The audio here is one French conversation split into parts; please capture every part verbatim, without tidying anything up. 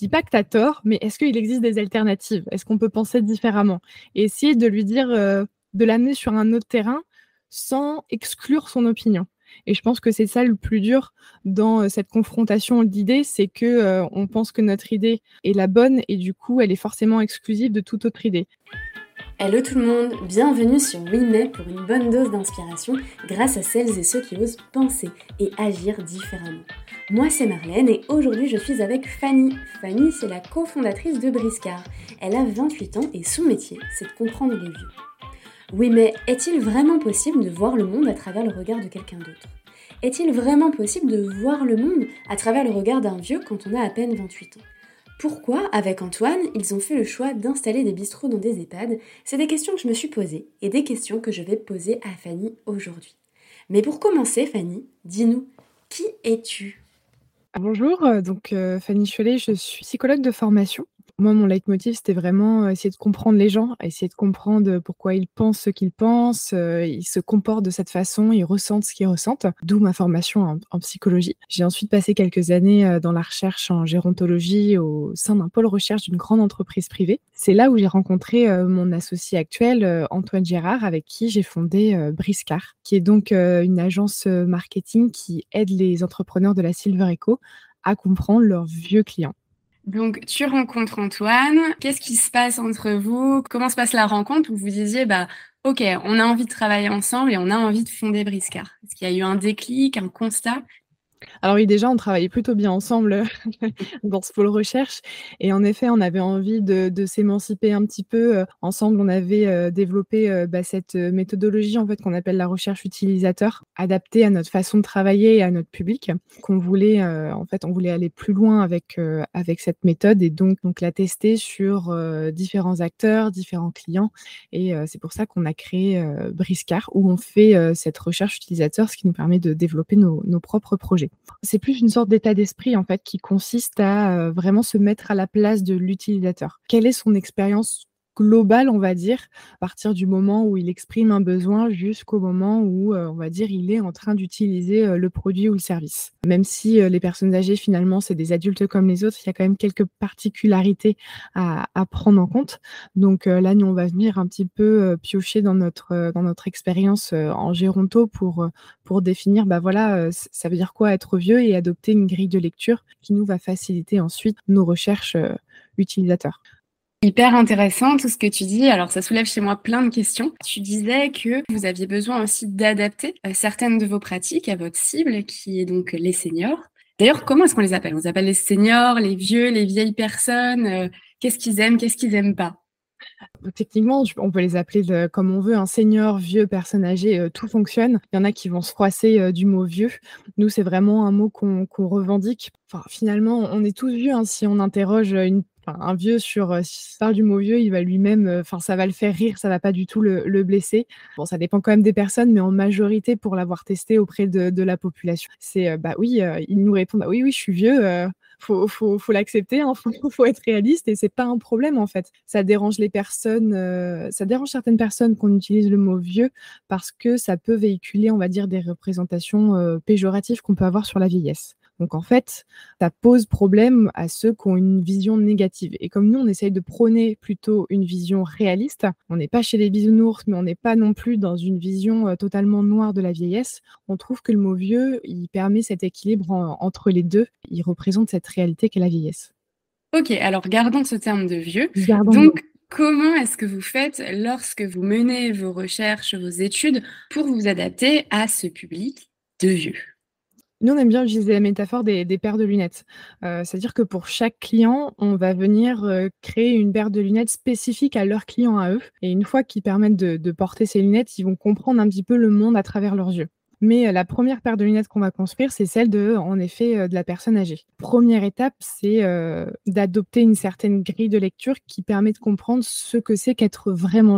dis pas que tu as tort, mais est-ce qu'il existe des alternatives? Est-ce qu'on peut penser différemment? Et essayer de lui dire, heu, de l'amener sur un autre terrain sans exclure son opinion. Et je pense que c'est ça le plus dur dans, heu, cette confrontation d'idées, c'est que, heu, on pense que notre idée est la bonne et du coup, elle est forcément exclusive de toute autre idée. Hello tout le monde, bienvenue sur Oui Mais pour une bonne dose d'inspiration grâce à celles et ceux qui osent penser et agir différemment. Moi c'est Marlène et aujourd'hui je suis avec Fanny. Fanny c'est la cofondatrice de Briscard. Elle a vingt-huit ans et son métier c'est de comprendre les vieux. Oui mais est-il vraiment possible de voir le monde à travers le regard de quelqu'un d'autre? Est-il vraiment possible de voir le monde à travers le regard d'un vieux quand on a à peine vingt-huit ans? Pourquoi, avec Antoine, ils ont fait le choix d'installer des bistrots dans des EHPAD? C'est des questions que je me suis posées et des questions que je vais poser à Fanny aujourd'hui. Mais pour commencer, Fanny, dis-nous, qui es-tu? Bonjour, heu, donc heu, Fanny Chollet, je suis psychologue de formation. Moi, mon leitmotiv, c'était vraiment, heu, essayer de comprendre les gens, essayer de comprendre, heu, pourquoi ils pensent ce qu'ils pensent, heu, ils se comportent de cette façon, ils ressentent ce qu'ils ressentent, d'où ma formation en en psychologie. J'ai ensuite passé quelques années, heu, dans la recherche en gérontologie au sein d'un pôle recherche d'une grande entreprise privée. C'est là où j'ai rencontré, heu, mon associé actuel, heu, Antoine Gérard, avec qui j'ai fondé, heu, Briscard, qui est donc, heu, une agence, heu, marketing qui aide les entrepreneurs de la Silver Eco à comprendre leurs vieux clients. Donc, tu rencontres Antoine. Qu'est-ce qui se passe entre vous? Comment se passe la rencontre où vous disiez, bah, ok, on a envie de travailler ensemble et on a envie de fonder Briscard? Est-ce qu'il y a eu un déclic, un constat? Alors oui, déjà, on travaillait plutôt bien ensemble, heu, dans ce pôle recherche et en effet, on avait envie de de s'émanciper un petit peu, heu, ensemble. On avait, heu, développé, heu, bah, cette, heu, méthodologie, en fait, qu'on appelle la recherche utilisateur, adaptée à notre façon de travailler et à notre public. Qu'on voulait, heu, en fait, on voulait aller plus loin avec, heu, avec cette méthode et donc donc la tester sur, heu, différents acteurs, différents clients et heu, c'est pour ça qu'on a créé, heu, Briscard où on fait, heu, cette recherche utilisateur, ce qui nous permet de développer nos nos propres projets. C'est plus une sorte d'état d'esprit, en fait, qui consiste à, heu, vraiment se mettre à la place de l'utilisateur. Quelle est son expérience globale, on va dire, à partir du moment où il exprime un besoin jusqu'au moment où, heu, on va dire, il est en train d'utiliser, heu, le produit ou le service. Même si, heu, les personnes âgées, finalement, c'est des adultes comme les autres, il y a quand même quelques particularités à à prendre en compte. Donc, heu, là, nous, on va venir un petit peu, heu, piocher dans notre, heu, dans notre expérience, heu, en géronto pour, heu, pour définir, bah, voilà, heu, ç ça veut dire quoi être vieux et adopter une grille de lecture qui nous va faciliter ensuite nos recherches, heu, utilisateurs. Hyper intéressant tout ce que tu dis. Alors, ça soulève chez moi plein de questions. Tu disais que vous aviez besoin aussi d'adapter euh, certaines de vos pratiques à votre cible, qui est donc les seniors. D'ailleurs, comment est-ce qu'on les appelle? On les appelle les seniors, les vieux, les vieilles personnes. euh, qu'est-ce qu'ils aiment, qu'est-ce qu'ils aiment pas? Donc techniquement, tu on peut les appeler de comme on veut, un senior, vieux, personne âgée, heu, tout fonctionne. Il y en a qui vont se froisser, heu, du mot vieux. Nous, c'est vraiment un mot qu'on qu'on revendique. Enfin, finalement, on est tous vieux, hein, si on interroge, une enfin, un vieux sur, heu, s'il parle du mot vieux, il va lui-même, heu, enfin, ça va le faire rire, ça va pas du tout le le blesser. Bon, ça dépend quand même des personnes, mais en majorité, pour l'avoir testé auprès de de la population, c'est, heu, bah, oui, heu, ils nous répondent: «Ah oui, oui, je suis vieux, heu». Faut faut faut l'accepter, hein, faut faut être réaliste et c'est pas un problème, en fait. Ça dérange les personnes, heu, ça dérange certaines personnes qu'on utilise le mot «vieux» parce que ça peut véhiculer, on va dire, des représentations, heu, péjoratives qu'on peut avoir sur la vieillesse. Donc en fait, ça pose problème à ceux qui ont une vision négative et comme nous, on essaye de prôner plutôt une vision réaliste, on n'est pas chez les bisounours, mais on n'est pas non plus dans une vision, heu, totalement noire de la vieillesse. On trouve que le mot «vieux», il permet cet équilibre en entre les deux. Il représente cette réalité qu'est la vieillesse. Ok, alors gardons ce terme de vieux. Gardons Donc, comment est-ce que vous faites lorsque vous menez vos recherches, vos études pour vous adapter à ce public de vieux? Nous, on aime bien utiliser la métaphore des des paires de lunettes. Heu, c'est-à-dire que pour chaque client, on va venir, heu, créer une paire de lunettes spécifique à leur client à eux et une fois qu'ils permettent de de porter ces lunettes, ils vont comprendre un petit peu le monde à travers leurs yeux. Mais, heu, la première paire de lunettes qu'on va construire, c'est celle de, en effet, heu, de la personne âgée. Première étape, c'est, heu, d'adopter une certaine grille de lecture qui permet de comprendre ce que c'est qu'être vraiment vieux.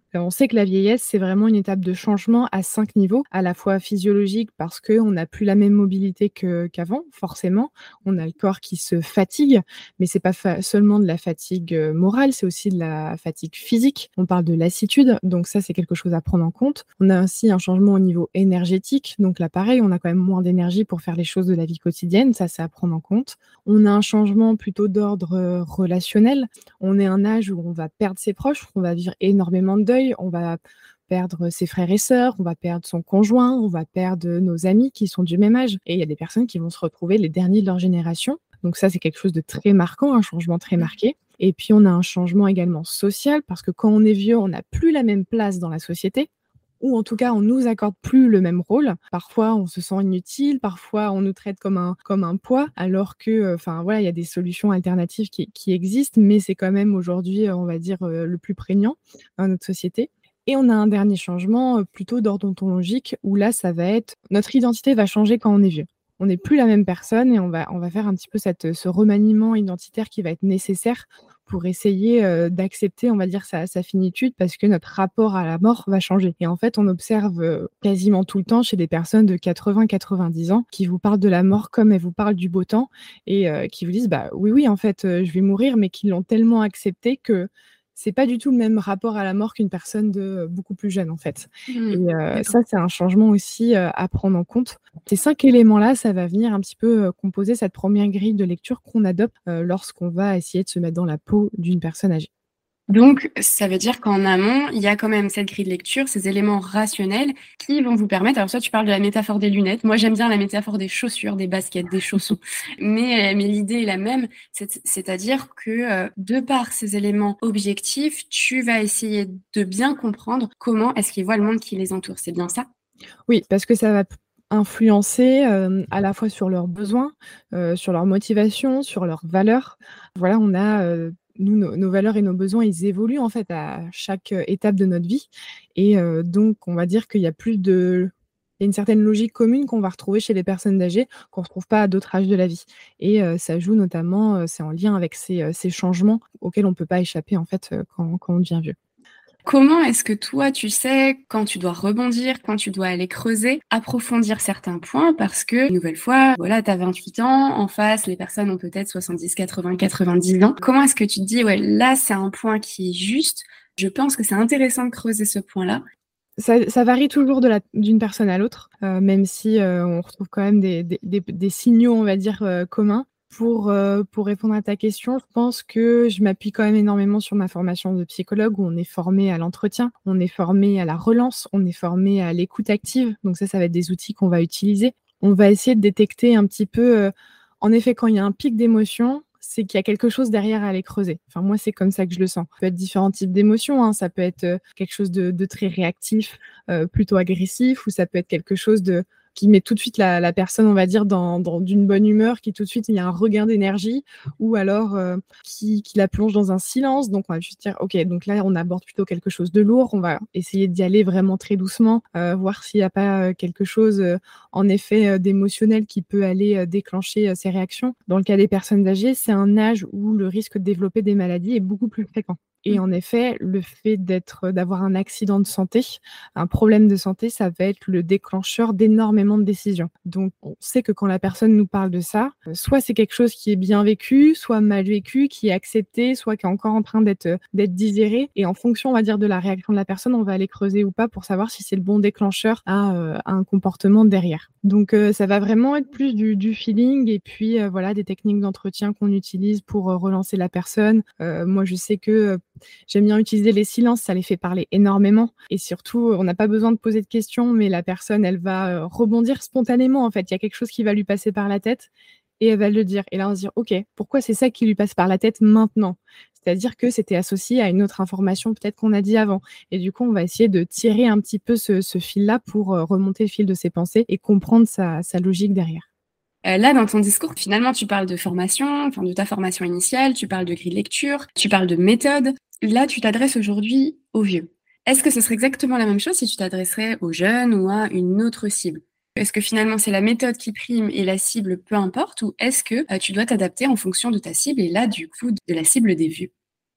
Heu, on sait que la vieillesse, c'est vraiment une étape de changement à cinq niveaux, à la fois physiologique parce qu'on n'a plus la même mobilité que qu'avant, forcément. On a le corps qui se fatigue, mais c'est pas fa seulement de la fatigue, heu, morale, c'est aussi de la fatigue physique. On parle de lassitude, donc ça, c'est quelque chose à prendre en compte. On a aussi un changement au niveau énergétique, donc là, pareil, on a quand même moins d'énergie pour faire les choses de la vie quotidienne, ça, c'est à prendre en compte. On a un changement plutôt d'ordre, heu, relationnel. On est à un âge où on va perdre ses proches, on va vivre énormément de deuil, on va perdre ses frères et sœurs, on va perdre son conjoint, on va perdre nos amis qui sont du même âge et il y a des personnes qui vont se retrouver les derniers de leur génération. Donc ça, c'est quelque chose de très marquant, un changement très marqué et puis on a un changement également social parce que quand on est vieux, on n'a plus la même place dans la société ou en tout cas, on nous accorde plus le même rôle. Parfois, on se sent inutile, parfois on nous traite comme un comme un poids alors que, enfin voilà, il y a des solutions alternatives qui qui existent, mais c'est quand même aujourd'hui, on va dire, heu, le plus prégnant dans notre société. Et on a un dernier changement, heu, plutôt d'ordre ontologique où là, ça va être notre identité va changer quand on est vieux. On n'est plus la même personne et on va on va faire un petit peu cette, ce remaniement identitaire qui va être nécessaire pour essayer, heu, d'accepter, on va dire, sa sa finitude parce que notre rapport à la mort va changer et en fait, on observe, heu, quasiment tout le temps chez des personnes de quatre-vingts quatre-vingt-dix ans qui vous parlent de la mort comme elles vous parlent du beau temps et heu, qui vous disent: «Bah, oui, oui, en fait, heu, je vais mourir», mais qui l'ont tellement accepté que c'est pas du tout le même rapport à la mort qu'une personne de, heu, beaucoup plus jeune, en fait et Mmh. heu, D'accord. ça, c'est un changement aussi, heu, à prendre en compte. Ces cinq éléments-là, ça va venir un petit peu, heu, composer cette première grille de lecture qu'on adopte, heu, lorsqu'on va essayer de se mettre dans la peau d'une personne âgée. Donc, ça veut dire qu'en amont, il y a quand même cette grille de lecture, ces éléments rationnels qui vont vous permettre, alors toi tu parles de la métaphore des lunettes, moi j'aime bien la métaphore des chaussures, des baskets, des chaussons, mais, heu, mais l'idée est la même, c'est c'est-à-dire que, heu, de par ces éléments objectifs, tu vas essayer de bien comprendre comment est-ce qu'ils voient le monde qui les entoure, c'est bien ça? Oui, parce que ça va p influencer, hem, à la fois sur leurs besoins, heu, sur leurs motivations, sur leurs valeurs. Voilà, on a, heu, nous, nos nos valeurs et nos besoins, ils évoluent, en fait, à chaque, heu, étape de notre vie et heu, donc on va dire qu'il y a plus de il y a une certaine logique commune qu'on va retrouver chez les personnes âgées, qu'on retrouve pas à d'autres âges de la vie et heu, ça joue notamment, heu, c'est en lien avec ces, heu, ces changements auxquels on peut pas échapper, en fait, heu, quand quand on devient vieux. Comment est-ce que toi, tu sais quand tu dois rebondir, quand tu dois aller creuser, approfondir certains points? Parce que, une nouvelle fois, voilà, tu as vingt-huit ans, en face, les personnes ont peut-être soixante-dix, quatre-vingts, quatre-vingt-dix ans. Comment est-ce que tu te dis: «Ouais, là, c'est un point qui est juste, je pense que c'est intéressant de creuser ce point-là»? Ça ça varie toujours de la d'une personne à l'autre, heu, même si, heu, on retrouve quand même des des des des signaux, on va dire, heu, communs. Pour, heu, pour répondre à ta question, je pense que je m'appuie quand même énormément sur ma formation de psychologue où on est formé à l'entretien, on est formé à la relance, on est formé à l'écoute active. Donc ça, ça va être des outils qu'on va utiliser. On va essayer de détecter un petit peu, heu, en effet, quand il y a un pic d'émotion, c'est qu'il y a quelque chose derrière à aller creuser. Enfin, moi, c'est comme ça que je le sens. Ça peut être différents types d'émotions, hein. Ça peut être, heu, quelque chose de de très réactif, heu, plutôt agressif ou ça peut être quelque chose de qui met tout de suite la la personne, on va dire, dans dans d'une bonne humeur, qui tout de suite, il y a un regain d'énergie ou alors, heu, qui qui la plonge dans un silence. Donc on va juste dire: «OK, donc là, on aborde plutôt quelque chose de lourd». On va essayer d'y aller vraiment très doucement, heu, voir s'il y a pas, heu, quelque chose, heu, en effet, heu, d'émotionnel qui peut aller, heu, déclencher, heu, ces réactions. Dans le cas des personnes âgées, c'est un âge où le risque de développer des maladies est beaucoup plus fréquent et Mmh. en effet, le fait d'être d'avoir un accident de santé, un problème de santé, ça va être le déclencheur d'énormément de décisions. Donc on sait que quand la personne nous parle de ça, heu, soit c'est quelque chose qui est bien vécu, soit mal vécu, qui est accepté, soit qui est encore en train d'être, heu, d'être digéré et en fonction, on va dire, de la réaction de la personne, on va aller creuser ou pas pour savoir si c'est le bon déclencheur à, heu, à un comportement derrière. Donc heu, ça va vraiment être plus du du feeling et puis, heu, voilà, des techniques d'entretien qu'on utilise pour, heu, relancer la personne. Heu, moi, je sais que, heu, j'aime bien utiliser les silences, ça les fait parler énormément et surtout, on n'a pas besoin de poser de questions, mais la personne, elle va, heu, rebondir spontanément, en fait. Il y a quelque chose qui va lui passer par la tête et elle va le dire et là, on va se dire: «OK, pourquoi c'est ça qui lui passe par la tête maintenant?» C'est-à-dire que c'était associé à une autre information peut-être qu'on a dit avant et du coup, on va essayer de tirer un petit peu ce ce fil-là pour, heu, remonter le fil de ses pensées et comprendre sa sa logique derrière. Heu, là, dans ton discours, finalement, tu parles de formation, enfin de ta formation initiale, tu parles de grille de lecture, tu parles de méthode. Là, tu t'adresses aujourd'hui aux vieux. Est-ce que ce serait exactement la même chose si tu t'adresserais aux jeunes ou à une autre cible? Est-ce que finalement c'est la méthode qui prime et la cible peu importe ou est-ce que, heu, tu dois t'adapter en fonction de ta cible et là, du coup, de la cible des vieux?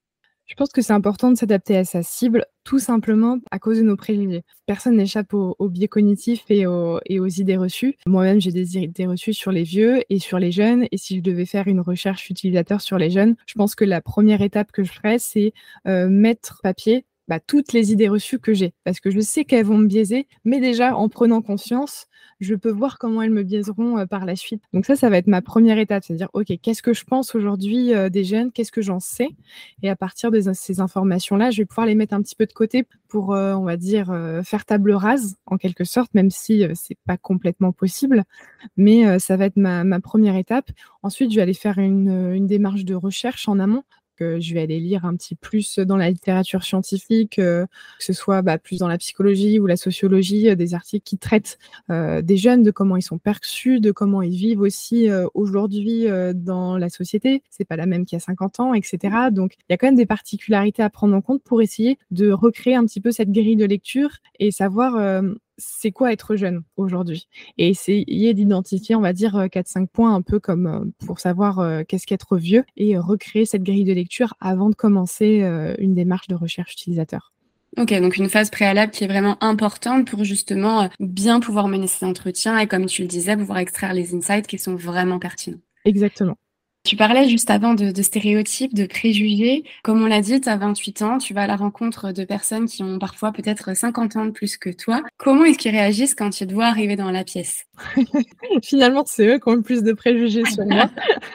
Je pense que c'est important de s'adapter à sa cible, tout simplement à cause de nos préjugés. Personne n'échappe aux aux biais cognitifs et aux et aux idées reçues. Moi-même, j'ai des idées reçues sur les vieux et sur les jeunes et si je devais faire une recherche utilisateur sur les jeunes, je pense que la première étape que je ferais, c'est, heu, mettre papier, bah, toutes les idées reçues que j'ai. Parce que je sais qu'elles vont me biaiser, mais déjà en prenant conscience, je peux voir comment elles me biaiseront, heu, par la suite. Donc ça, ça va être ma première étape, c'est-à-dire: «OK, qu'est-ce que je pense aujourd'hui, heu, des jeunes? Qu'est-ce que j'en sais?» et à partir de ces informations-là, je vais pouvoir les mettre un petit peu de côté pour, heu, on va dire, heu, faire table rase en quelque sorte, même si, heu, c'est pas complètement possible. Mais, heu, ça va être ma ma première étape. Ensuite, je vais aller faire une, heu, une démarche de recherche en amont. Que je vais aller lire un petit plus dans la littérature scientifique, heu, que ce soit, bah, plus dans la psychologie ou la sociologie, heu, des articles qui traitent, heu, des jeunes, de comment ils sont perçus, de comment ils vivent aussi, heu, aujourd'hui, heu, dans la société. C'est pas la même qu'il y a cinquante ans et cetera. Donc il y a quand même des particularités à prendre en compte pour essayer de recréer un petit peu cette grille de lecture et savoir, hem, c'est quoi être jeune aujourd'hui? Et essayer d'identifier, on va dire, heu, quatre cinq points un peu comme, heu, pour savoir, heu, qu'est-ce qu'être vieux et heu, recréer cette grille de lecture avant de commencer, heu, une démarche de recherche utilisateur. OK, donc une phase préalable qui est vraiment importante pour justement, heu, bien pouvoir mener ces entretiens et comme tu le disais, pouvoir extraire les insights qui sont vraiment pertinents. Exactement. Tu parlais juste avant de de stéréotypes, de préjugés. Comme on l'a dit, tu as vingt-huit ans, tu vas à la rencontre de personnes qui ont parfois peut-être cinquante ans de plus que toi. Comment est-ce qu'ils réagissent quand tu te vois arriver dans la pièce? Finalement, c'est eux qui ont le plus de préjugés sur moi.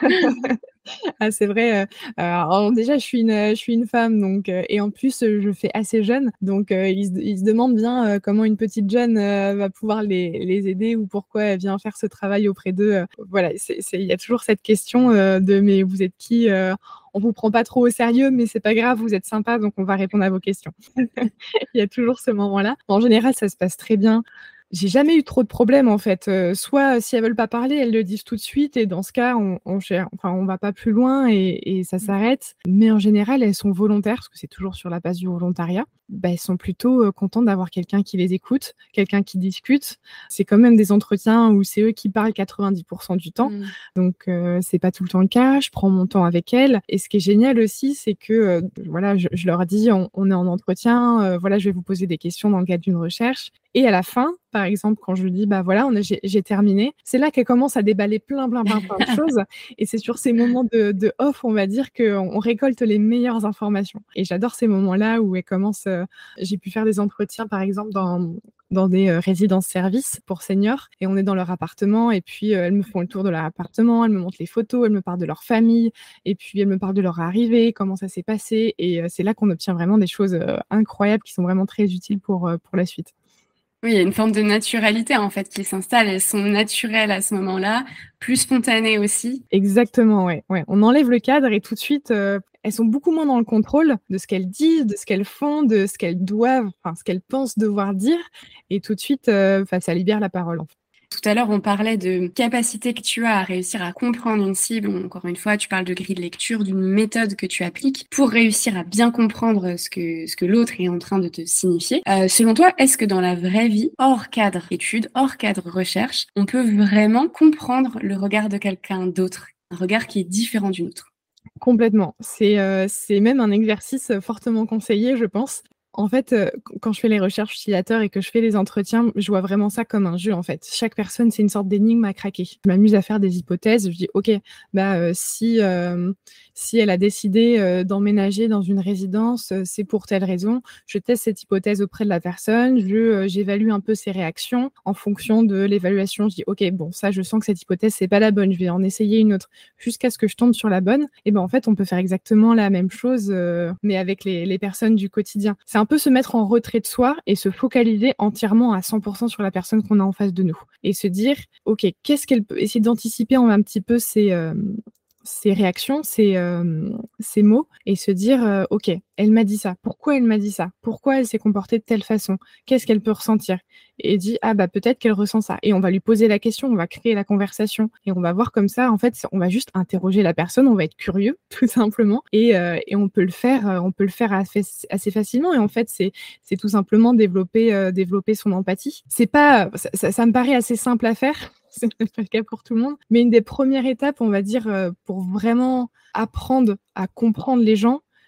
Ah c'est vrai, heu, alors déjà je suis une, heu, je suis une femme donc heu et en plus, heu, je fais assez jeune donc heu, ils se ils se demandent bien, heu, comment une petite jeune, heu, va pouvoir les les aider ou pourquoi elle vient faire ce travail auprès d'eux, heu. Voilà, c'est c'est il y a toujours cette question, heu, de: «Mais vous êtes qui?» heu, «On vous prend pas trop au sérieux, mais c'est pas grave, vous êtes sympa donc on va répondre à vos questions». Il y a toujours ce moment-là. En général, ça se passe très bien. J'ai jamais eu trop de problèmes en fait, heu, soit si elles veulent pas parler, elles le disent tout de suite et dans ce cas, on on gère enfin on va pas plus loin et et ça s'arrête. Mais en général, elles sont volontaires, parce que c'est toujours sur la base du volontariat. Bah, elles sont plutôt, heu, contentes d'avoir quelqu'un qui les écoute, quelqu'un qui discute. C'est quand même des entretiens où c'est eux qui parlent quatre-vingt-dix pour cent du temps, Mmh. donc heu, c'est pas tout le temps le cas. Je prends mon temps avec elles et ce qui est génial aussi, c'est que, heu, voilà, je je leur dis: «On on est en entretien, heu, voilà, je vais vous poser des questions dans le cadre d'une recherche» et à la fin, par exemple, quand je lui dis: «Bah, voilà, on a j'ai j'ai terminé», c'est là qu'elle commence à déballer plein, plein, plein, plein de choses et c'est sur ces moments de de off, on va dire, qu'on on récolte les meilleures informations et j'adore ces moments-là où elle commence, heu j'ai pu faire des entretiens, par exemple, dans dans des, heu, résidences-services pour seniors et on est dans leur appartement et puis, heu, elles me font le tour de leur appartement, elles me montrent les photos, elles me parlent de leur famille et puis elles me parlent de leur arrivée, comment ça s'est passé et heu, c'est là qu'on obtient vraiment des choses, heu, incroyables qui sont vraiment très utiles pour, heu, pour la suite. Oui, il y a une forme de naturalité, en fait, qui s'installe. Elles sont naturelles à ce moment-là, plus spontanées aussi. Exactement, ouais, ouais. On enlève le cadre et tout de suite, heu, elles sont beaucoup moins dans le contrôle de ce qu'elles disent, de ce qu'elles font, de ce qu'elles doivent, enfin, ce qu'elles pensent devoir dire et tout de suite, heu, enfin, ça libère la parole, en fait. Tout à l'heure, on parlait de capacité que tu as à réussir à comprendre une cible. Encore une fois, tu parles de grille de lecture, d'une méthode que tu appliques pour réussir à bien comprendre ce que, ce que l'autre est en train de te signifier. Euh, selon toi, est-ce que dans la vraie vie, hors cadre études, hors cadre recherche, on peut vraiment comprendre le regard de quelqu'un d'autre, un regard qui est différent du nôtre? Complètement. C'est, heu, c'est même un exercice, heu, fortement conseillé, je pense. En fait, heu, q quand je fais les recherches utilisateurs et que je fais les entretiens, je vois vraiment ça comme un jeu, en fait. Chaque personne, c'est une sorte d'énigme à craquer. Je m'amuse à faire des hypothèses. Je dis: «OK, bah, heu, si, hem, si elle a décidé, heu, d'emménager dans une résidence, heu, c'est pour telle raison». Je teste cette hypothèse auprès de la personne, je, heu, j'évalue un peu ses réactions. En fonction de l'évaluation, je dis: «OK, bon, ça, je sens que cette hypothèse, c'est pas la bonne, je vais en essayer une autre». Jusqu'à ce que je tombe sur la bonne et ben, en fait, on peut faire exactement la même chose, heu, mais avec les les personnes du quotidien. C'est un peu se mettre en retrait de soi et se focaliser entièrement à cent pour cent sur la personne qu'on a en face de nous et se dire: «OK, qu'est-ce qu'elle peut», essayer d'anticiper en un petit peu ses, hem, ses réactions, ses, hem, ses mots et se dire, heu: «OK, elle m'a dit ça. Pourquoi elle m'a dit ça? Pourquoi elle s'est comportée de telle façon? Qu'est-ce qu'elle peut ressentir?» et dit: «Ah bah, peut-être qu'elle ressent ça» et on va lui poser la question, on va créer la conversation et on va voir comme ça, en fait, on va juste interroger la personne, on va être curieux tout simplement et heu et on peut le faire, heu, on peut le faire assez assez facilement et en fait, c'est c'est tout simplement développer, heu, développer son empathie. C'est pas ça ça ça me paraît assez simple à faire, c'est peut-être pas le cas pour tout le monde, mais une des premières étapes, on va dire, heu, pour vraiment apprendre à comprendre les gens,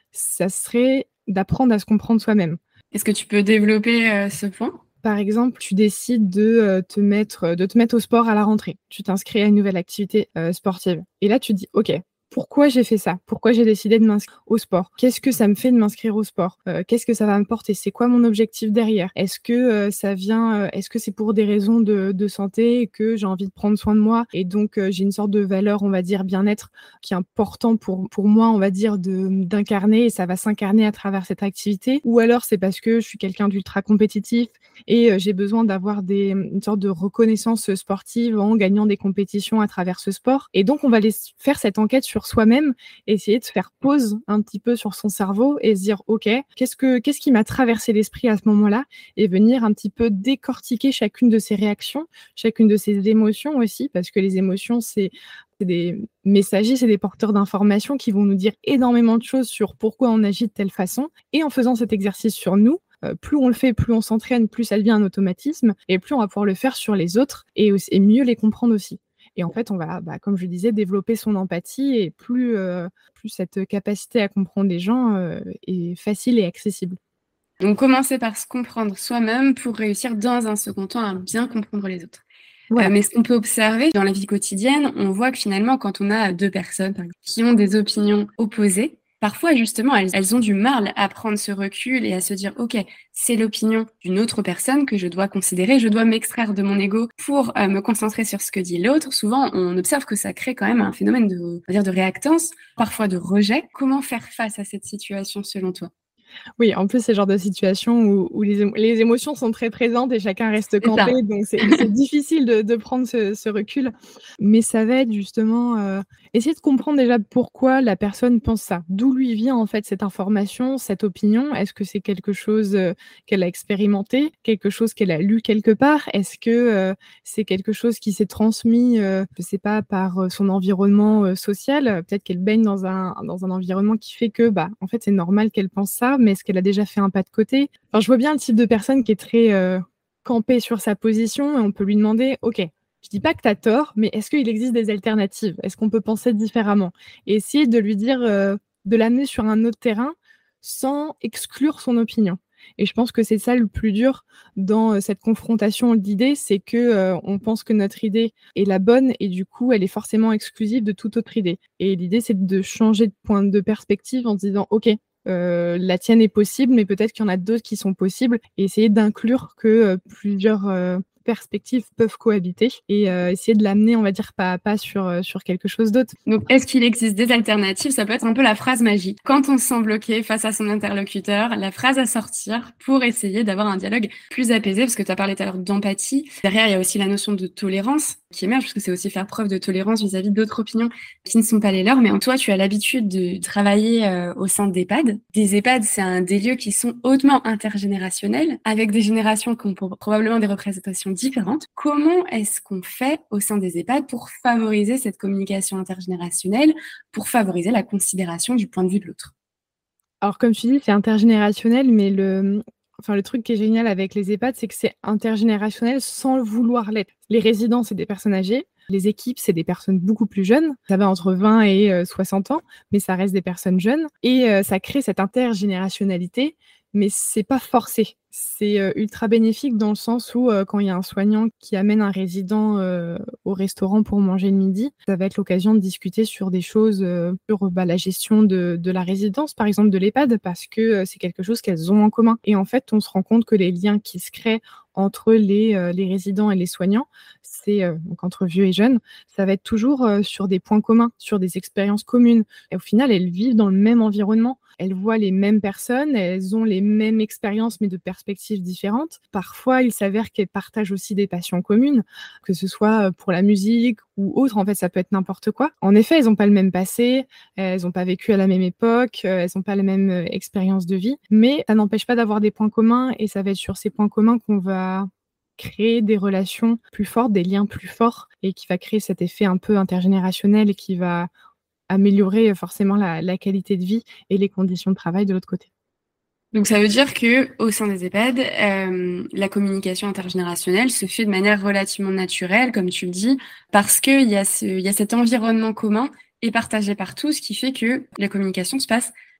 ça serait d'apprendre à se comprendre soi-même. Est-ce que tu peux développer euh, ce point ? Par exemple, tu décides de, euh, te mettre, de te mettre au sport à la rentrée. Tu t'inscris à une nouvelle activité euh, sportive. Et là, tu te dis, OK, pourquoi j'ai fait ça ? Pourquoi j'ai décidé de m'inscrire au sport ? Qu'est-ce que ça me fait de m'inscrire au sport ? euh, Qu'est-ce que ça va me porter ? C'est quoi mon objectif derrière ? Est-ce que euh, ça vient, euh, est-ce que c'est pour des raisons de, de santé, que j'ai envie de prendre soin de moi et donc euh, j'ai une sorte de valeur, on va dire, bien-être qui est important pour, pour moi, on va dire, de, d'incarner et ça va s'incarner à travers cette activité ? Ou alors c'est parce que je suis quelqu'un d'ultra compétitif et euh, j'ai besoin d'avoir des, une sorte de reconnaissance sportive en gagnant des compétitions à travers ce sport. Et donc, on va aller faire cette enquête sur soi-même, essayer de faire pause un petit peu sur son cerveau et se dire, OK, qu'est-ce que, qu'est-ce qui m'a traversé l'esprit à ce moment-là ? Et venir un petit peu décortiquer chacune de ces réactions, chacune de ces émotions aussi, parce que les émotions, c'est c'est des messagers, c'est des porteurs d'informations qui vont nous dire énormément de choses sur pourquoi on agit de telle façon. Et en faisant cet exercice sur nous, euh, plus on le fait, plus on s'entraîne, plus ça devient un automatisme, et plus on va pouvoir le faire sur les autres et, aussi, et mieux les comprendre aussi. Et en fait, on va, bah, comme je le disais, développer son empathie et plus, euh, plus cette capacité à comprendre les gens euh, est facile et accessible. Donc, commencer par se comprendre soi-même pour réussir dans un second temps à bien comprendre les autres. Voilà. Euh, mais ce qu'on peut observer dans la vie quotidienne, on voit que finalement, quand on a deux personnes par exemple, qui ont des opinions opposées, parfois, justement, elles, elles ont du mal à prendre ce recul et à se dire, OK, c'est l'opinion d'une autre personne que je dois considérer, je dois m'extraire de mon ego pour euh, me concentrer sur ce que dit l'autre. Souvent, on observe que ça crée quand même un phénomène de, on va dire, de réactance, parfois de rejet. Comment faire face à cette situation selon toi ? Oui, en plus, c'est le genre de situation où, où les, émo- les émotions sont très présentes et chacun reste C'est campé, ça. donc c'est c'est difficile de, de prendre ce, ce recul. Mais ça va être justement euh, essayer de comprendre déjà pourquoi la personne pense ça. D'où lui vient en fait cette information, cette opinion. Est-ce que c'est quelque chose euh, qu'elle a expérimenté, quelque chose qu'elle a lu quelque part? Est-ce que euh, c'est quelque chose qui s'est transmis, euh, je sais pas, par euh, son environnement euh, social? Peut-être qu'elle baigne dans un, dans un environnement qui fait que, bah, en fait, c'est normal qu'elle pense ça, mais est-ce qu'elle a déjà fait un pas de côté? Enfin, je vois bien le type de personne qui est très euh, campée sur sa position et on peut lui demander, OK, je dis pas que tu as tort, mais est-ce qu'il existe des alternatives? Est-ce qu'on peut penser différemment? Et essayer de lui dire, euh, de l'amener sur un autre terrain sans exclure son opinion. Et je pense que c'est ça le plus dur dans euh, cette confrontation d'idées, c'est que euh, on pense que notre idée est la bonne et du coup, elle est forcément exclusive de toute autre idée. Et l'idée, c'est de changer de point de perspective en se disant, OK, euh, la tienne est possible, mais peut-être qu'il y en a d'autres qui sont possibles, et essayer d'inclure que euh, plusieurs euh, perspectives peuvent cohabiter et euh, essayer de l'amener, on va dire, pas à pas sur, euh, sur quelque chose d'autre. Donc, est-ce qu'il existe des alternatives ? Ça peut être un peu la phrase magique. Quand on se sent bloqué face à son interlocuteur, la phrase à sortir pour essayer d'avoir un dialogue plus apaisé, parce que tu as parlé tout à l'heure d'empathie. Derrière, il y a aussi la notion de tolérance qui émerge, parce que c'est aussi faire preuve de tolérance vis-à-vis d'autres opinions qui ne sont pas les leurs. Mais en toi, tu as l'habitude de travailler euh, au sein d'EHPAD. Des EHPAD, c'est un des lieux qui sont hautement intergénérationnels, avec des générations qui ont probablement des représentations différentes. Comment est-ce qu'on fait au sein des EHPAD pour favoriser cette communication intergénérationnelle, pour favoriser la considération du point de vue de l'autre? Alors, comme tu dis, c'est intergénérationnel, mais le, enfin, le truc qui est génial avec les EHPAD, c'est que c'est intergénérationnel sans le vouloir l'être. Les résidents, c'est des personnes âgées. Les équipes, c'est des personnes beaucoup plus jeunes. Ça va entre vingt et euh, soixante ans, mais ça reste des personnes jeunes. Et euh, ça crée cette intergénérationnalité, mais c'est pas forcé. C'est euh, ultra bénéfique dans le sens où euh, quand il y a un soignant qui amène un résident euh, au restaurant pour manger le midi, ça va être l'occasion de discuter sur des choses, euh, sur bah, la gestion de, de la résidence, par exemple de l'EHPAD, parce que euh, c'est quelque chose qu'elles ont en commun. Et en fait, on se rend compte que les liens qui se créent entre les, euh, les résidents et les soignants, c'est euh, donc entre vieux et jeunes, ça va être toujours euh, sur des points communs, sur des expériences communes. Et au final, elles vivent dans le même environnement. Elles voient les mêmes personnes, elles ont les mêmes expériences, mais de perspectives différentes. Parfois, il s'avère qu'elles partagent aussi des passions communes, que ce soit pour la musique ou autre. En fait, ça peut être n'importe quoi. En effet, elles n'ont pas le même passé, elles n'ont pas vécu à la même époque, elles n'ont pas la même expérience de vie, mais ça n'empêche pas d'avoir des points communs et ça va être sur ces points communs qu'on va créer des relations plus fortes, des liens plus forts et qui va créer cet effet un peu intergénérationnel et qui va améliorer forcément la, la qualité de vie et les conditions de travail de l'autre côté. Donc ça veut dire que au sein des EHPAD, euh, la communication intergénérationnelle se fait de manière relativement naturelle, comme tu le dis, parce qu'il y a ce, il y a cet environnement commun et partagé par tous, qui fait que la communication se passe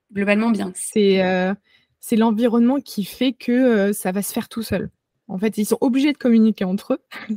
globalement bien. C'est, heu, c'est l'environnement qui fait que, heu, ça va se faire tout seul. En fait, ils sont obligés de communiquer entre eux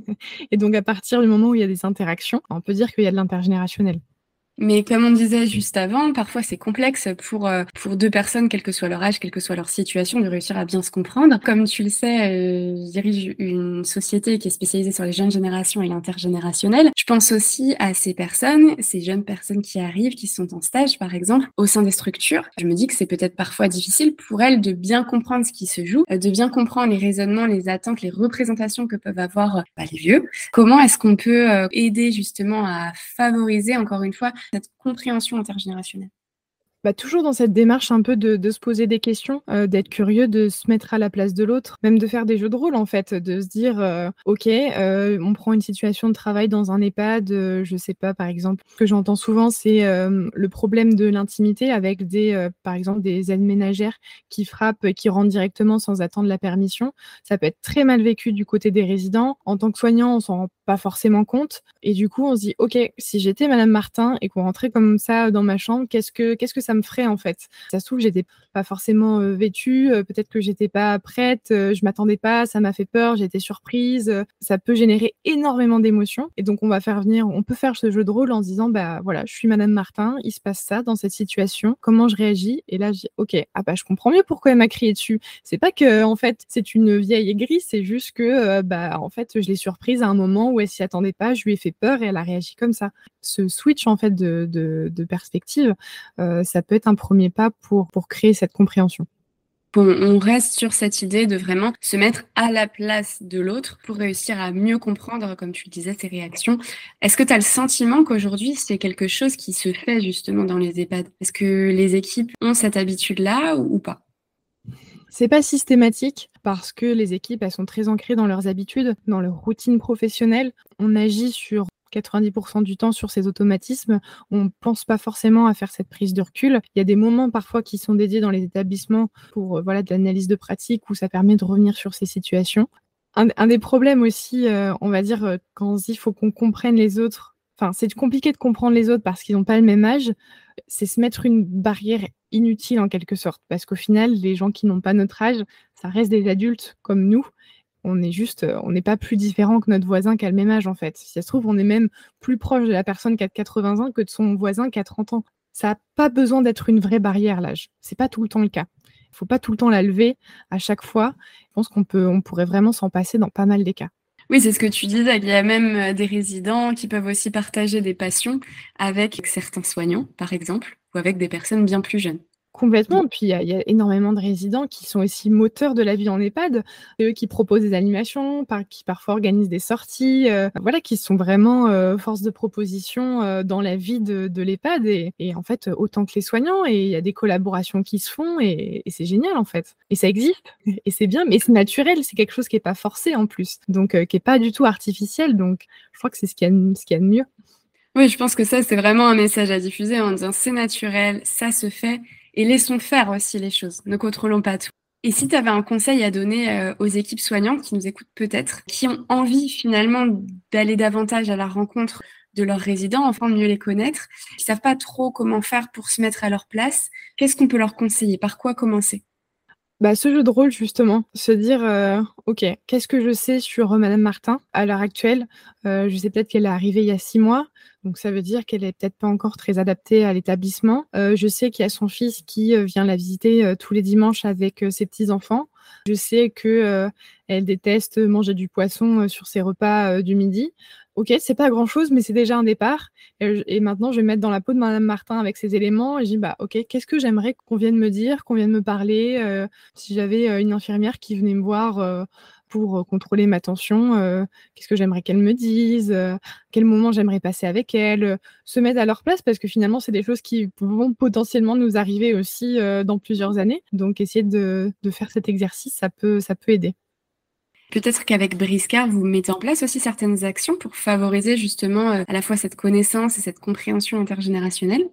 et donc à partir du moment où il y a des interactions, on peut dire qu'il y a de l'intergénérationnel. Mais comme on disait juste avant, parfois c'est complexe pour, heu, pour deux personnes, quel que soit leur âge, quelle que soit leur situation, de réussir à bien se comprendre. Comme tu le sais, heu, je dirige une société qui est spécialisée sur les jeunes générations et l'intergénérationnel. Je pense aussi à ces personnes, ces jeunes personnes qui arrivent, qui sont en stage par exemple, au sein des structures. Je me dis que c'est peut-être parfois difficile pour elles de bien comprendre ce qui se joue, de bien comprendre les raisonnements, les attentes, les représentations que peuvent avoir, bah, les vieux. Comment est-ce qu'on peut, heu, aider justement à favoriser, encore une fois, cette compréhension intergénérationnelle? Bah, toujours dans cette démarche un peu de de se poser des questions, heu, d'être curieux, de se mettre à la place de l'autre, même de faire des jeux de rôle en fait, de se dire, heu: «OK, heu, on prend une situation de travail dans un EHPAD», heu, je sais pas, par exemple, ce que j'entends souvent, c'est, hem, le problème de l'intimité avec des, heu, par exemple, des aides ménagères qui frappent et qui rentrent directement sans attendre la permission. Ça peut être très mal vécu du côté des résidents. En tant que soignant, on s'en rend pas forcément compte et du coup, on se dit: «OK, si j'étais madame Martin et qu'on rentrait comme ça dans ma chambre, qu'est-ce que qu'est-ce que ça me ferait, en fait?» Ça se trouve, j'étais pas forcément, heu, vêtue, heu, peut-être que j'étais pas prête, heu, je m'attendais pas, ça m'a fait peur, j'ai été surprise, heu, ça peut générer énormément d'émotions et donc on va faire venir on peut faire ce jeu de rôle en se disant: «Bah, voilà, je suis madame Martin, il se passe ça dans cette situation, comment je réagis?» Et là, je dis: «OK, ah bah, je comprends mieux pourquoi elle m'a crié dessus. C'est pas que en fait, c'est une vieille aigrie, c'est juste que, heu, bah, en fait, je l'ai surprise à un moment où elle s'y attendait pas, je lui ai fait peur et elle a réagi comme ça». Ce switch, en fait, de de de perspective, heu, ça peut être un premier pas pour pour créer cette compréhension. On on reste sur cette idée de vraiment se mettre à la place de l'autre pour réussir à mieux comprendre, comme tu le disais, ses réactions. Est-ce que tu as le sentiment qu'aujourd'hui, c'est quelque chose qui se fait justement dans les EHPAD? Est-ce que les équipes ont cette habitude-là ou ou pas? C'est pas systématique parce que les équipes, elles sont très ancrées dans leurs habitudes, dans leur routine professionnelle. On agit sur quatre-vingt-dix pour cent du temps sur ces automatismes. On pense pas forcément à faire cette prise de recul. Il y a des moments parfois qui sont dédiés dans les établissements pour, heu, voilà, de l'analyse de pratique où ça permet de revenir sur ces situations. Un un des problèmes aussi, heu, on va dire, heu, quand on se dit: «Faut qu'on comprenne les autres», enfin, c'est compliqué de comprendre les autres parce qu'ils ont pas le même âge, c'est se mettre une barrière inutile en quelque sorte. Parce qu'au final, les gens qui n'ont pas notre âge, ça reste des adultes comme nous. On est juste, heu, on n'est pas plus différent que notre voisin qui a le même âge, en fait. Si ça se trouve, on est même plus proche de la personne qui a quatre-vingts ans que de son voisin qui a trente ans. Ça a pas besoin d'être une vraie barrière, l'âge. C'est pas tout le temps le cas. Il faut pas tout le temps la lever à chaque fois. Je pense qu'on peut on pourrait vraiment s'en passer dans pas mal des cas. Oui, c'est ce que tu disais, il y a même, heu, des résidents qui peuvent aussi partager des passions avec certains soignants, par exemple, ou avec des personnes bien plus jeunes. Complètement, puis il y a il y a énormément de résidents qui sont aussi moteurs de la vie en EHPAD. C'est eux qui proposent des animations, par qui parfois organisent des sorties, heu, voilà, qui sont vraiment, heu, force de proposition, heu, dans la vie de de l'EHPAD et et en fait, autant que les soignants et il y a des collaborations qui se font et et c'est génial, en fait et ça existe et c'est bien, mais c'est naturel, c'est quelque chose qui est pas forcé en plus, donc heu, qui est pas du tout artificiel, donc je crois que c'est ce qu'il y a de ce qu'il y a de mieux. Oui, je pense que ça, c'est vraiment un message à diffuser en disant: «C'est naturel, ça se fait et laissons faire aussi les choses, ne contrôlons pas tout». Et si tu avais un conseil à donner, heu, aux équipes soignantes qui nous écoutent peut-être, qui ont envie finalement d'aller davantage à la rencontre de leurs résidents, enfin de mieux les connaître, qui savent pas trop comment faire pour se mettre à leur place, qu'est-ce qu'on peut leur conseiller? Par quoi commencer? Bah, ce jeu de rôle justement, se dire, heu: «OK, qu'est-ce que je sais sur, heu, madame Martin à l'heure actuelle?» Heu, je sais peut-être qu'elle est arrivée il y a six mois, donc ça veut dire qu'elle est peut-être pas encore très adaptée à l'établissement. Heu, je sais qu'il y a son fils qui, heu, vient la visiter, heu, tous les dimanches avec, heu, ses petits-enfants. Je sais que, heu, elle déteste manger du poisson, heu, sur ses repas, heu, du midi. OK, c'est pas grand-chose, mais c'est déjà un départ. Heu, et maintenant je vais me mettre dans la peau de madame Martin avec ces éléments et je dis: «Bah, OK, qu'est-ce que j'aimerais qu'on vienne me dire, qu'on vienne me parler?» heu, si j'avais, heu, une infirmière qui venait me voir, heu, pour, heu, contrôler ma tension, heu, qu'est-ce que j'aimerais qu'elle me dise? Heu, quel moment j'aimerais passer avec elle? Heu, se mettre à leur place parce que finalement, c'est des choses qui vont potentiellement nous arriver aussi, heu, dans plusieurs années. Donc essayer de de faire cet exercice, ça peut ça peut aider. Peut-être qu'avec Briscard, vous mettez en place aussi certaines actions pour favoriser justement, heu, à la fois cette connaissance et cette compréhension intergénérationnelle?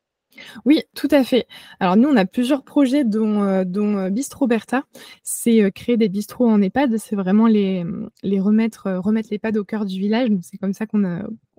Oui, tout à fait. Alors nous, on a plusieurs projets dont, heu, dont, heu, Bistro Bertha. C'est, heu, créer des bistrots en EHPAD. C'est vraiment les, mmh, les remettre, heu, remettre l'EHPAD au cœur du village. Donc c'est comme ça qu'on a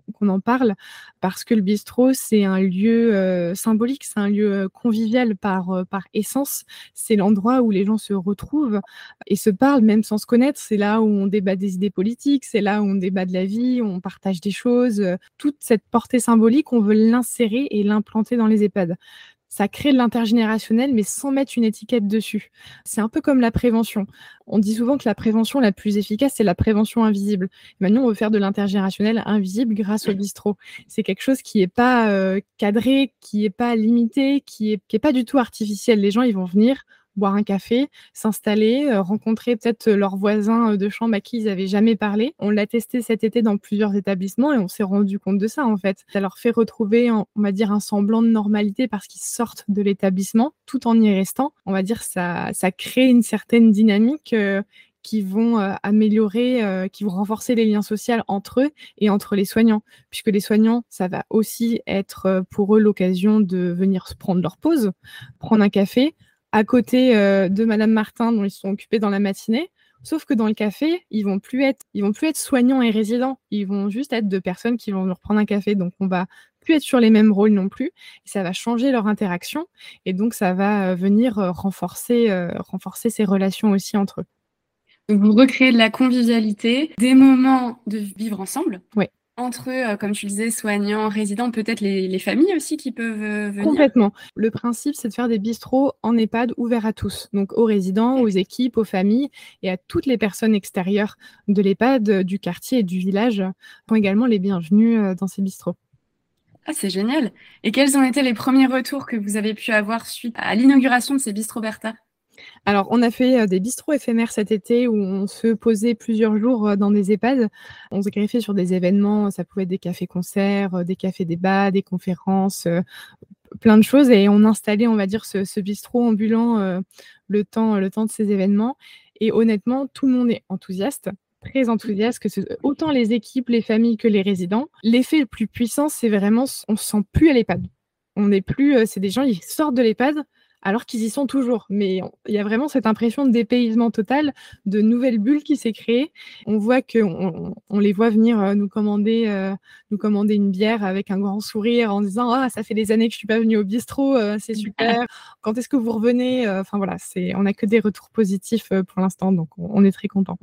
qu'on en parle parce que le bistrot, c'est un lieu, heu, symbolique, c'est un lieu, heu, convivial par, heu, par essence. C'est l'endroit où les gens se retrouvent et se parlent même sans se connaître. C'est là où on débat des idées politiques, c'est là où on débat de la vie, où on partage des choses, heu, toute cette portée symbolique, on veut l'insérer et l'implanter dans les EHPAD. Ça crée de l'intergénérationnel, mais sans mettre une étiquette dessus. C'est un peu comme la prévention. On dit souvent que la prévention la plus efficace, c'est la prévention invisible. Maintenant, on veut faire de l'intergénérationnel invisible grâce au bistrot. C'est quelque chose qui est pas, heu, cadré, qui est pas limité, qui est qui est pas du tout artificiel. Les gens, ils vont venir boire un café, s'installer, heu, rencontrer peut-être leurs voisins, heu, de chambre à qui ils avaient jamais parlé. On l'a testé cet été dans plusieurs établissements et on s'est rendu compte de ça, en fait. Ça leur fait retrouver, on on va dire, un semblant de normalité parce qu'ils sortent de l'établissement, tout en y restant. On va dire, ça ça crée une certaine dynamique, heu, qui vont, heu, améliorer, heu, qui vont renforcer les liens sociaux entre eux et entre les soignants. Puisque les soignants, ça va aussi être, heu, pour eux l'occasion de venir se prendre leur pause, prendre un café, à côté, heu, de madame Martin dont ils sont occupés dans la matinée. Sauf que dans le café, ils vont plus être ils vont plus être soignants et résidents. Ils vont juste être deux personnes qui vont venir prendre un café. Donc on va plus être sur les mêmes rôles non plus et ça va changer leur interaction et donc ça va, heu, venir, heu, renforcer, heu, renforcer ces relations aussi entre eux. Donc vous recréez de la convivialité, des moments de vivre ensemble Ouais. entre, heu, comme tu disais, soignants, résidents, peut-être les les familles aussi qui peuvent, heu, venir? Complètement. Le principe, c'est de faire des bistrots en EHPAD ouverts à tous, donc aux résidents, aux équipes, aux familles et à toutes les personnes extérieures de l'EHPAD, heu, du quartier et du village sont également les bienvenus, heu, dans ces bistrots. Ah, c'est génial et quels ont été les premiers retours que vous avez pu avoir suite à l'inauguration de ces Bistrots Bertha? Alors, on a fait, heu, des bistrots éphémères cet été où on se posait plusieurs jours, heu, dans des EHPAD. On se greffait sur des événements, ça pouvait être des cafés-concerts, heu, des cafés-débats, des conférences, heu, plein de choses et on installait, on va dire, ce ce bistrot ambulant, heu, le temps le temps de ces événements et honnêtement, tout le monde est enthousiaste, très enthousiaste, que ce autant les équipes, les familles que les résidents. L'effet le plus puissant, c'est vraiment s on se sent plus à l'EHPAD. On n'est plus, heu, c'est des gens, ils sortent de l'EHPAD alors qu'ils y sont toujours. Mais on il y a vraiment cette impression de dépaysement total, de nouvelle bulle qui s'est créée. On voit qu'on on on les voit venir, heu, nous commander, heu, nous commander une bière avec un grand sourire en disant: «Ah, ça fait des années que je suis pas venu au bistrot, heu, c'est super. Quand est-ce que vous revenez?» heu, enfin voilà, c'est on a que des retours positifs, heu, pour l'instant, donc on on est très contents.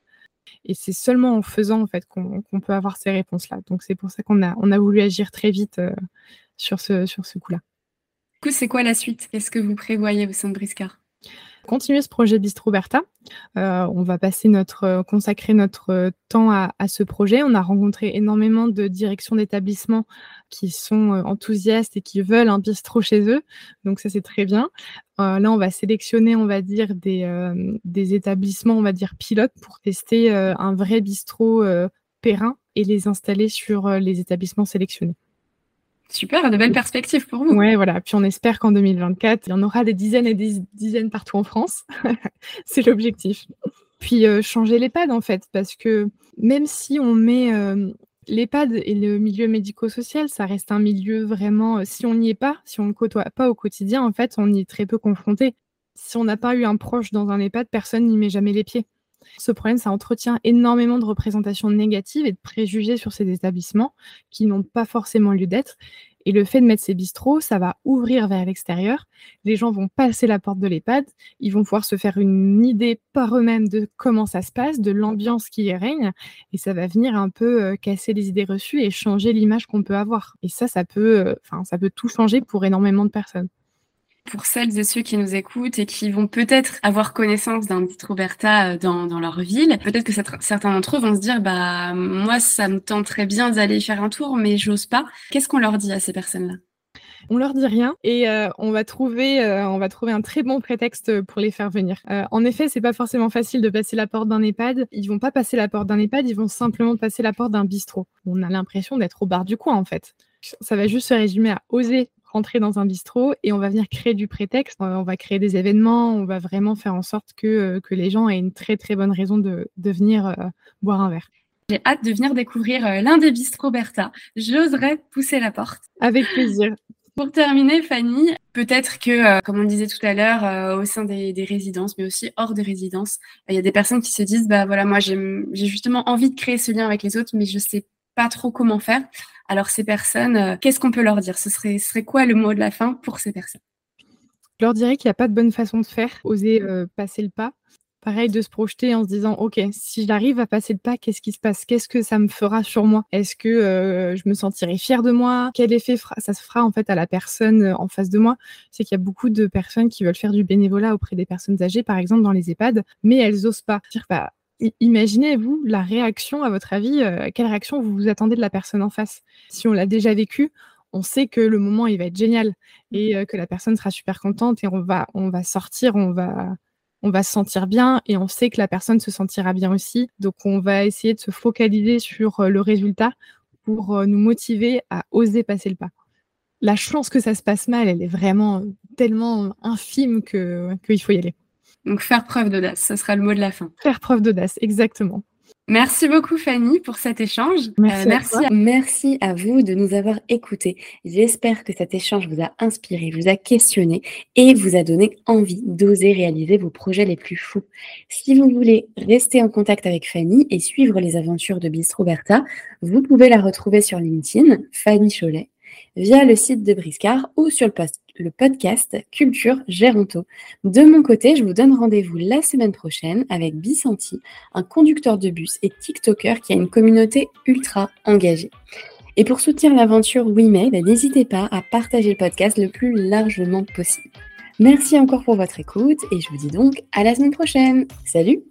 Et c'est seulement en faisant, en fait, qu'on qu'on peut avoir ces réponses-là. Donc c'est pour ça qu'on a on a voulu agir très vite, heu, sur ce sur ce coup-là. Du coup, c'est quoi la suite? Qu'est-ce que vous prévoyez au sein de Briscard? Continuer ce projet Bistro Bertha. Heu, on va passer notre, heu, consacrer notre, heu, temps à à ce projet. On a rencontré énormément de directions d'établissements qui sont, heu, enthousiastes et qui veulent un bistrot chez eux, donc ça, c'est très bien. Heu, là, on va sélectionner, on va dire, des, hem, des établissements, on va dire, pilotes pour tester, heu, un vrai bistrot, heu, périn et les installer sur, heu, les établissements sélectionnés. Super, de belles perspectives pour vous. Ouais, voilà, puis on espère qu'en deux mille vingt-quatre, il y en aura des dizaines et des dizaines partout en France. C'est l'objectif. Puis, heu, changer l'EHPAD, en fait, parce que même si on met, hem, l'EHPAD et le milieu médico-social, ça reste un milieu vraiment, heu, si on n'y est pas, si on ne le côtoie pas au quotidien, en fait, on y est très peu confronté. Si on n'a pas eu un proche dans un EHPAD, personne n'y met jamais les pieds. Ce problème, ça entretient énormément de représentations négatives et de préjugés sur ces établissements qui n'ont pas forcément lieu d'être et le fait de mettre ces bistrots, ça va ouvrir vers l'extérieur. Les gens vont passer la porte de l'EHPAD, ils vont pouvoir se faire une idée par eux-mêmes de comment ça se passe, de l'ambiance qui y règne et ça va venir un peu, heu, casser les idées reçues et changer l'image qu'on peut avoir et ça, ça peut, heu, enfin, ça peut tout changer pour énormément de personnes. Pour celles et ceux qui nous écoutent et qui vont peut-être avoir connaissance d'un Bistrot Bertha, heu, dans dans leur ville, peut-être que cette certains d'entre eux vont se dire: «Bah, moi, ça me tenterait bien d'aller faire un tour, mais j'ose pas». Qu'est-ce qu'on leur dit à ces personnes-là? On leur dit rien et heu, on va trouver, heu, on va trouver un très bon prétexte, pour les faire venir. Heu, en effet, c'est pas forcément facile de passer la porte d'un EHPAD. Ils vont pas passer la porte d'un EHPAD, ils vont simplement passer la porte d'un bistrot. On a l'impression d'être au bar du coin, en fait. Ça va juste se résumer à oser rentrer dans un bistrot et on va venir créer du prétexte. Heu, on va créer des événements, on va vraiment faire en sorte que, heu, que les gens aient une très, très bonne raison de de venir, heu, boire un verre. J'ai hâte de venir découvrir, heu, l'un des Bistrots Bertha. J'oserais pousser la porte. Avec plaisir. Pour terminer, Fanny, peut-être que, heu, comme on le disait tout à l'heure, heu, au sein des des résidences, mais aussi hors des résidences, il y a des personnes qui se disent: «Bah, voilà, moi, j'aime j'ai justement envie de créer ce lien avec les autres, mais je sais pas trop comment faire. Alors ces personnes, euh, qu'est-ce qu'on peut leur dire ? Ce serait, ce serait quoi le mot de la fin pour ces personnes ? Je leur dirais qu'il n'y a pas de bonne façon de faire, oser euh, passer le pas. Pareil, de se projeter en se disant, OK, si j'arrive à passer le pas, qu'est-ce qui se passe ? Qu'est-ce que ça me fera sur moi ? Est-ce que euh, je me sentirai fière de moi ? Quel effet fera- ça se fera en fait à la personne euh, en face de moi ? C'est qu'il y a beaucoup de personnes qui veulent faire du bénévolat auprès des personnes âgées, par exemple dans les EHPAD, mais elles osent pas. Dire, bah, i- imaginez-vous la réaction, à votre avis, euh, quelle réaction vous vous attendez de la personne en face ? Si on l'a déjà vécu, on sait que le moment, il va être génial et euh, que la personne sera super contente et on va, on va sortir, on va on va se sentir bien et on sait que la personne se sentira bien aussi. Donc, on va essayer de se focaliser sur euh, le résultat pour euh, nous motiver à oser passer le pas. La chance que ça se passe mal, elle est vraiment euh, tellement infime que, qu'il faut y aller. Donc faire preuve d'audace, ce sera le mot de la fin. Faire preuve d'audace, exactement. Merci beaucoup Fanny pour cet échange. Merci, Euh, à merci, toi. à... merci à vous de nous avoir écoutés. J'espère que cet échange vous a inspiré, vous a questionné et vous a donné envie d'oser réaliser vos projets les plus fous. Si vous voulez rester en contact avec Fanny et suivre les aventures de Bistro Bertha, vous pouvez la retrouver sur LinkedIn, Fanny Cholet, via le site de Briscard ou sur le, post- le podcast Culture Géronto. De mon côté, je vous donne rendez-vous la semaine prochaine avec Bisanti, un conducteur de bus et TikToker qui a une communauté ultra engagée. Et pour soutenir l'aventure We May, bah, n'hésitez pas à partager le podcast le plus largement possible. Merci encore pour votre écoute et je vous dis donc à la semaine prochaine. Salut!